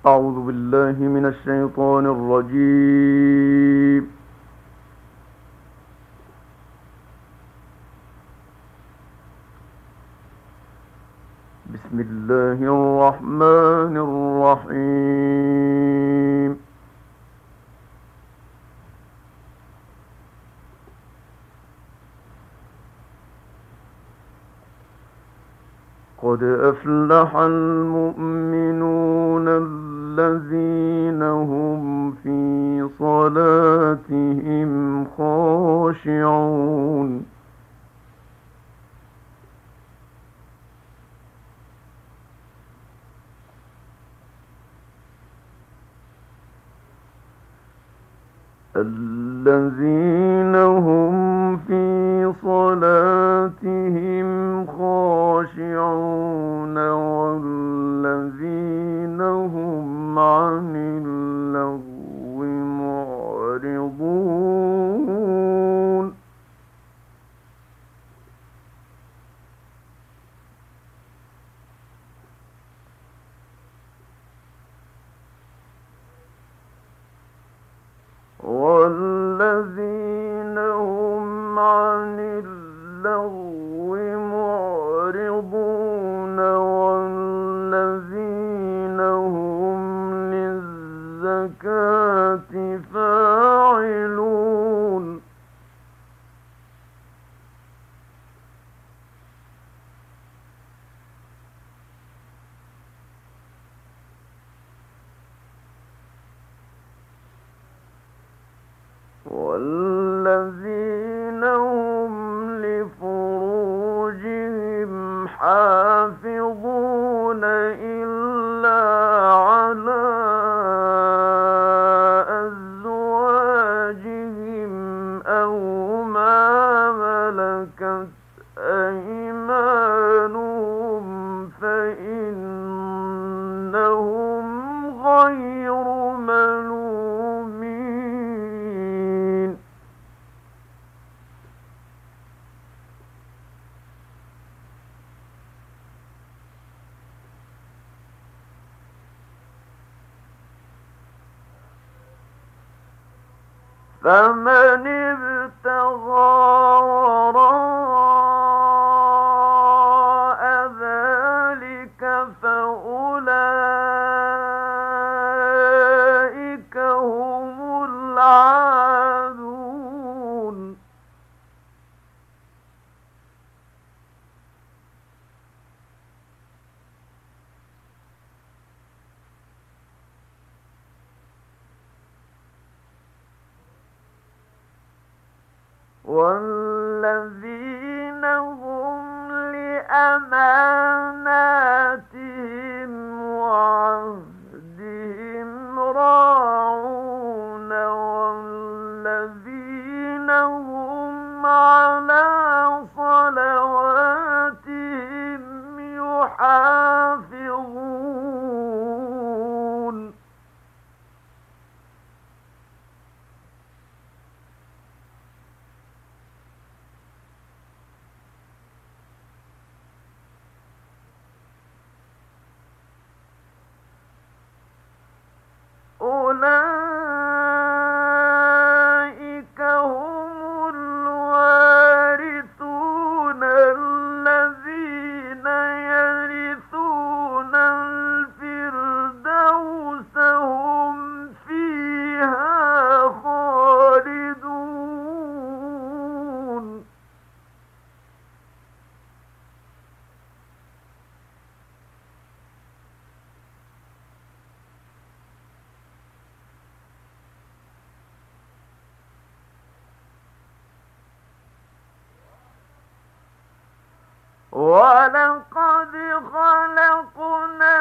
أعوذ بالله من الشيطان الرجيم. بسم الله الرحمن الرحيم. قد أفلح المؤمنون الذين هم في صلاتهم خاشعون. الذين هم في صلاتهم خاشعون والذين هم عن اللغو معرضون. والذين هم عن اللغو معرضون والذين هم للزكاة فاعلون. والذين هم لفروجهم حافظون إلا على أزواجهم أو ما ملكت أيمانهم فإنهم غير ملومين. فمن ابتغى وراء ذلك فأولئك هم العادون. والذين هم لأماناتهم وعهدهم راعون والذين هم على صلواتهم يحافظون. أولئك هم الوارثون الذين يرثون الفردوس هم فيها خالدون. ولقد خلقنا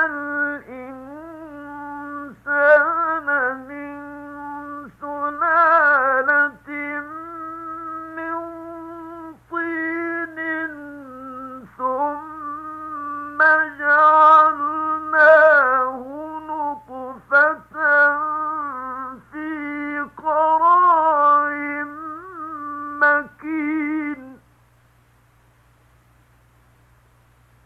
الإنسان من سلالة من طين ثم جعلناه نطفة في قرار مكين.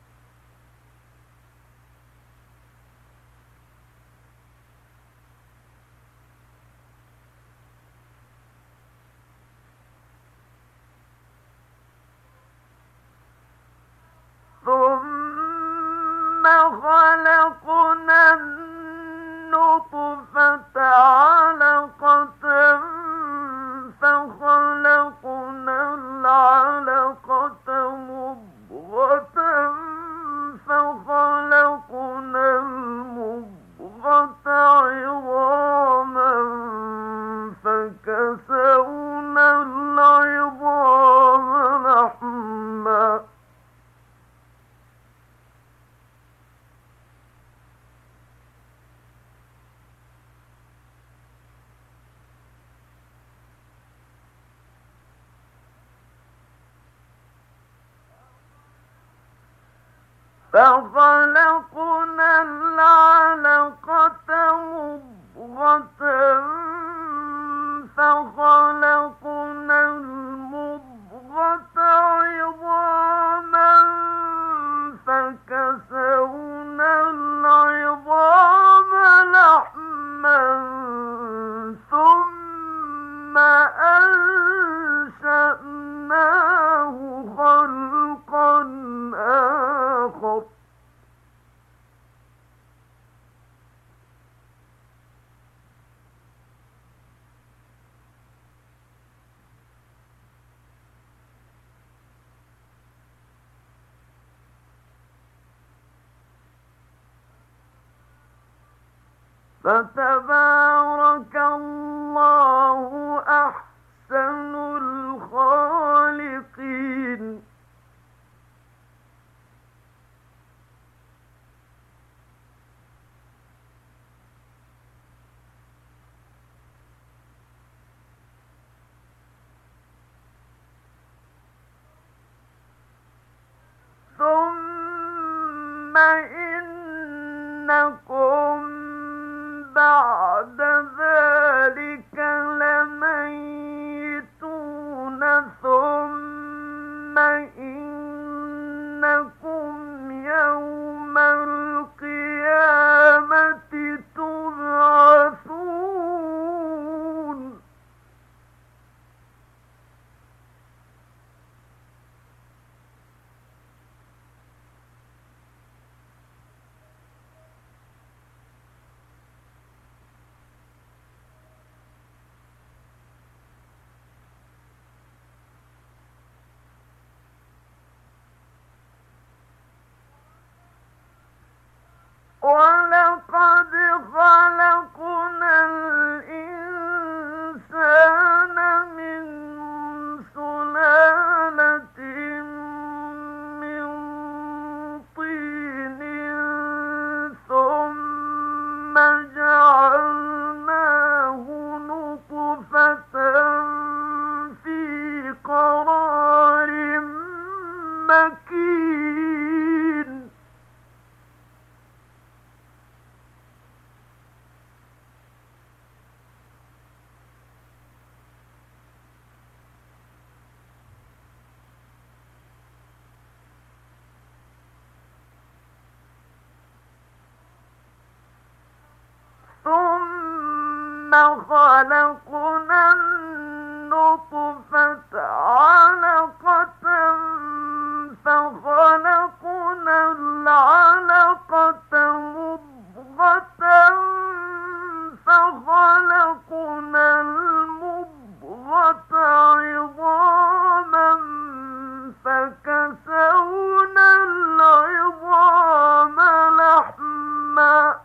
خلقنا النطفة علقة فخلقنا العلقة مضغة فخلقنا المضغة عظاما فكسونا العظام لحما فخلقنا العلقة مضغة فخلقنا المضغة عظاما فكسونا العظام لحما ثم أنشأناه خلقا آخر فتبارك الله أحسن الخالقين ثم إنكم بعد ذلك لميتون ثم إنكم يوم القيامة تبعثون ولقد خلقنا الإنسان من سلالة من طين ثم جعلناه نطفة في قرار مكين ثم خلقنا النطفة علقة فخلقنا العلقة مضغة فخلقنا المضغة عظاما فكسونا العظام لحما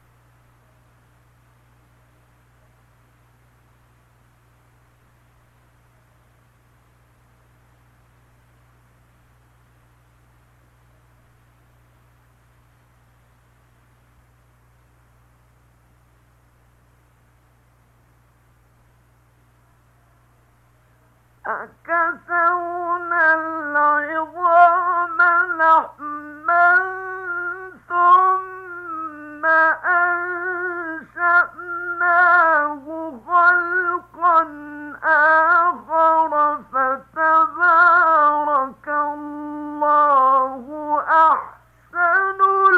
فكسونا العظام لحما ثم أنشأناه خلقا آخر فتبارك الله أحسن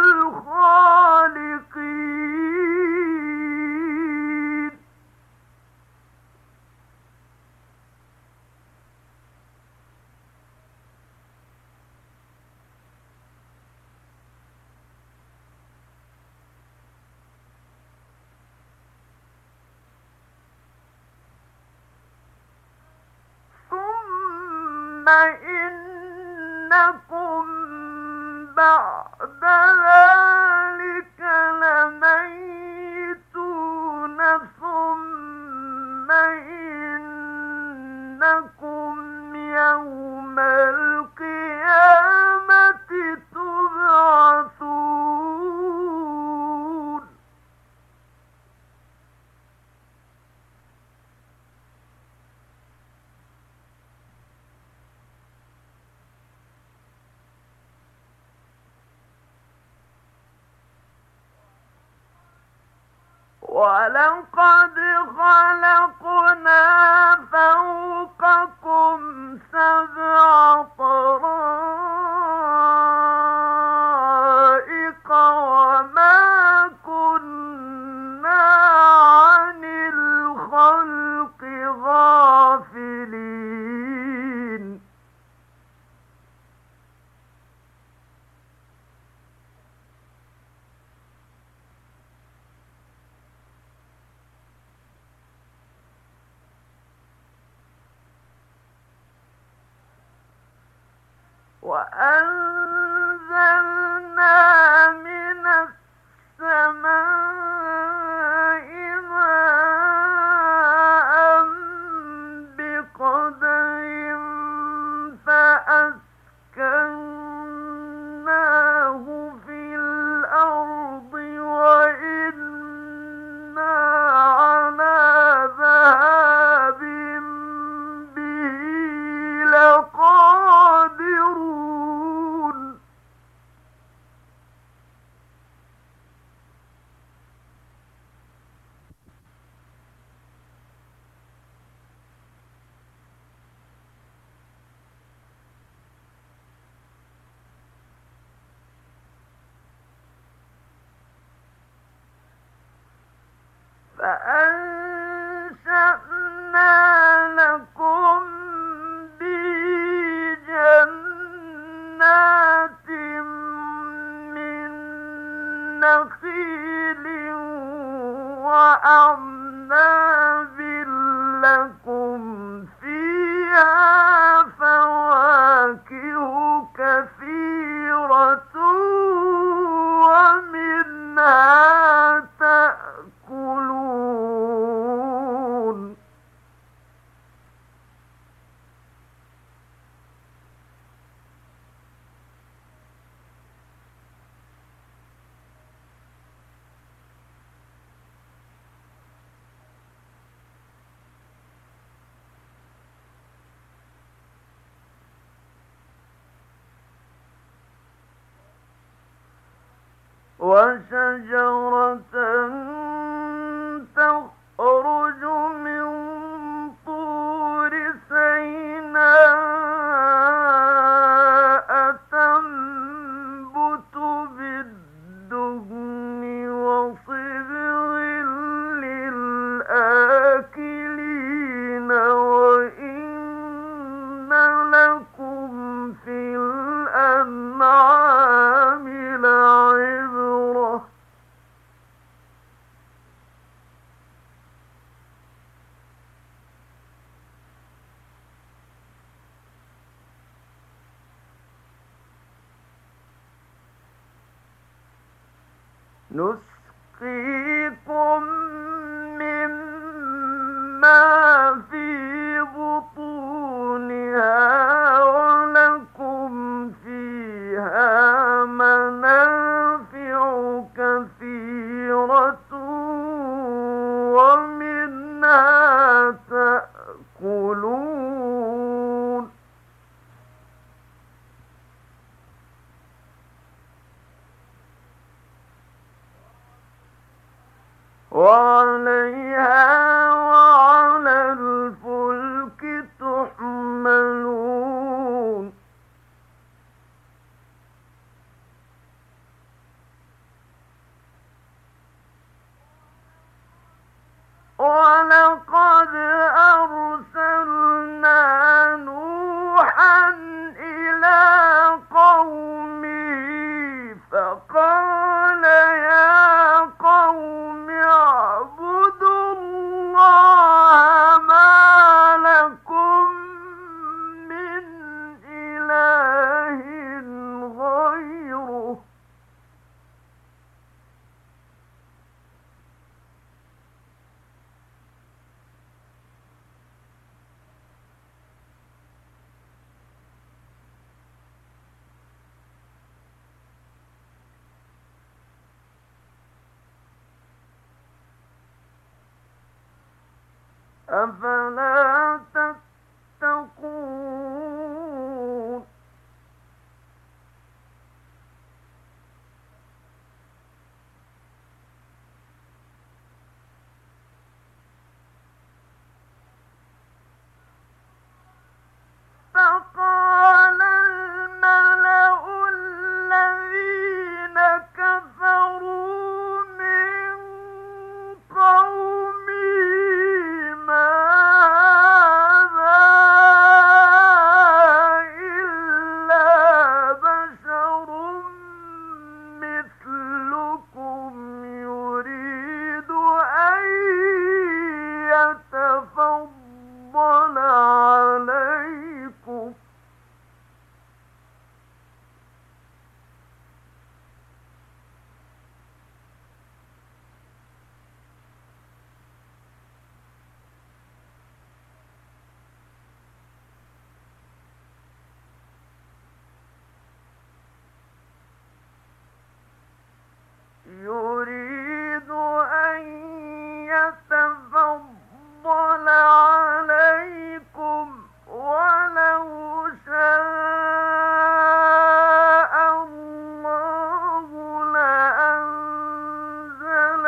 الخالقين إنكم بعد ذلك لميتون ثم إنكم يوم القيامة تبعثون ولقد خلقنا فوقكم سبع طرائق وما كنا عن الخلق غافلين وأنزلنا من السماء ماء بقدر فأسكناه في الأرض وإنا على ذهاب به لقادرون فأنشأنا لكم به جنات من نخيل وأعناب لكم فيها فواكه كثيرة ومنها تأكلون وشجرة تخرج من طور سيناء تنبت بالدهن وصبغ للآكلين وإن لكم في الأنعام لعبرة نسقيكم مما في بطونها ولكم فيها منافع كثيرة ومنها تأكلون وعليها وعلى الفلك تحملون ولقد أرسلنا نوحا إلى قومه فقال يا قوم اعبدوا أفلا تتقون فقال الملأ الذين كفروا من قومه ما هذا إلا بشر مثلكم يريد أن يتفضل عليكم يريد أن يتفضل عليكم ولو شاء الله لأنزل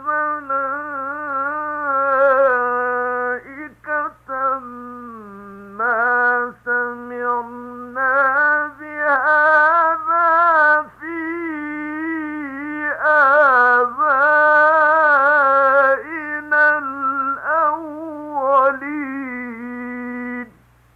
ملائكة ما سمعنا بهذا في آبائنا الأولين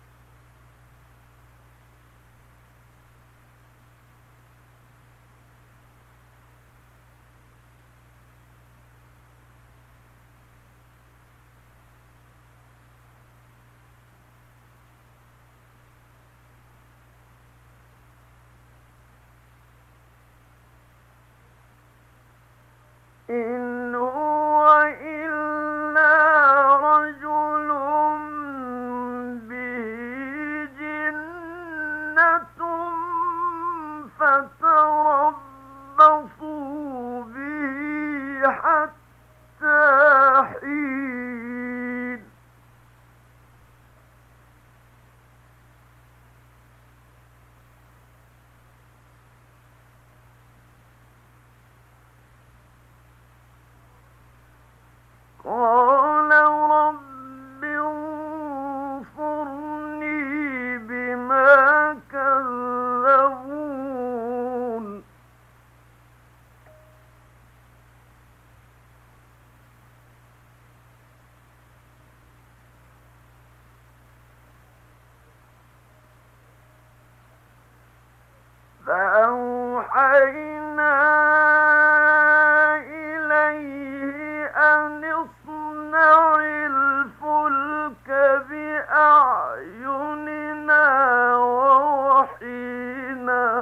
إن هو إلا رجل به جنة فتربصوا به حتى حين قال رب انصرني بما كذبون فأوحينا إليه أن اصنع الفلك بأعيننا ووحينا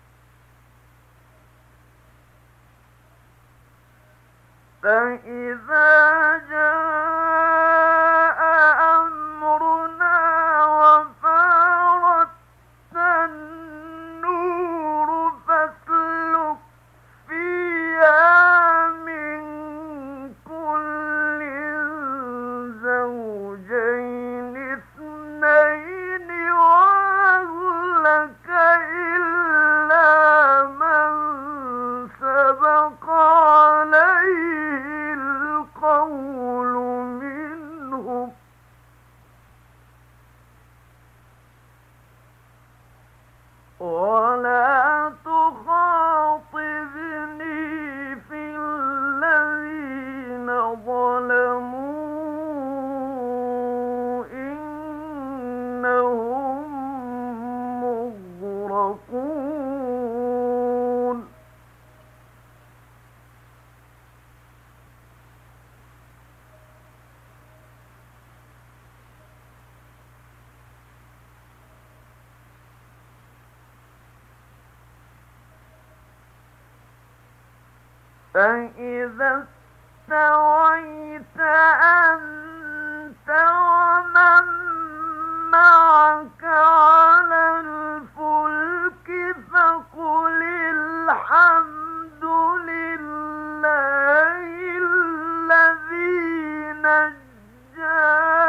فإذا جاء أمرنا وفارت النور فاسلك فيها من كل زوجين اثنين وأهلك إلا من سبق عليه القول منهم ولا تخاطبني في الذين ظلموا إنهم مغرقون فإذا استويت أنت ومن معك على الفلك فقل الحمد لله الذي نجانا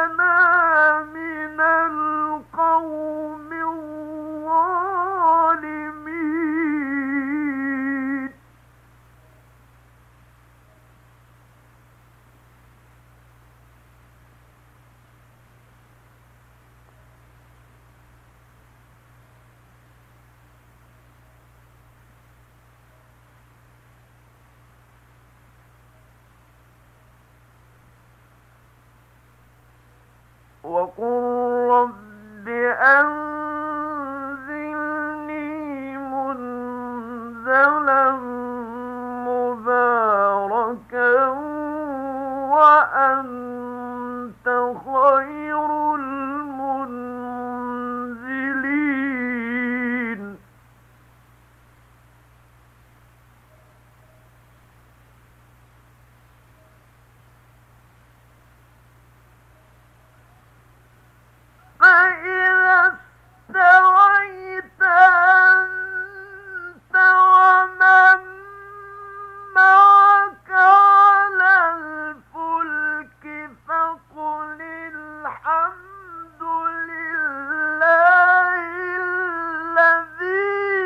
وقل رب أنزلني منزلا مباركا وأنت خير المنزلين فإذا استويت أنت ومن معك على الفلك فقل الحمد لله الذي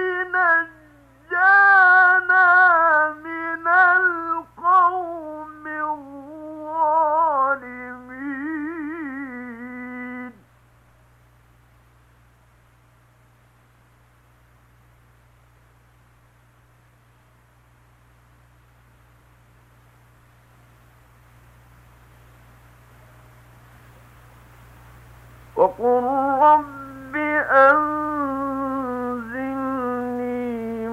نجانا من القوم الظالمين وقل رب أنزلني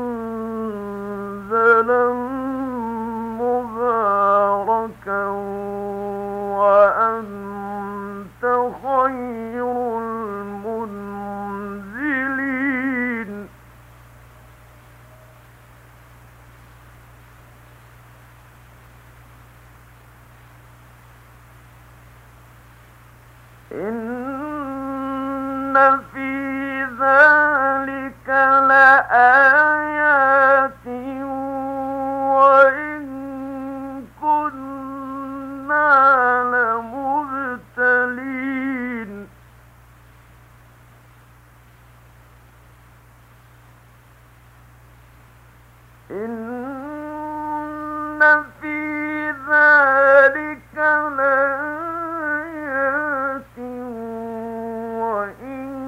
منزلا مباركا وأنت خير المنزلين إن في ذلك لآيات وإن كنا لمبتلين إن في ذلك لآيات وإن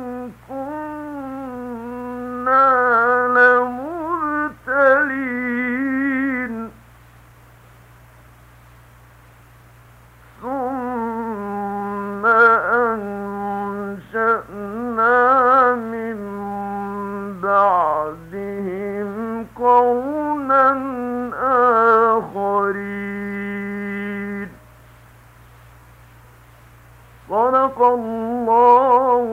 كنا لمبتلين ثم أنشأنا من بعدهم قرنا آخرين صدق الله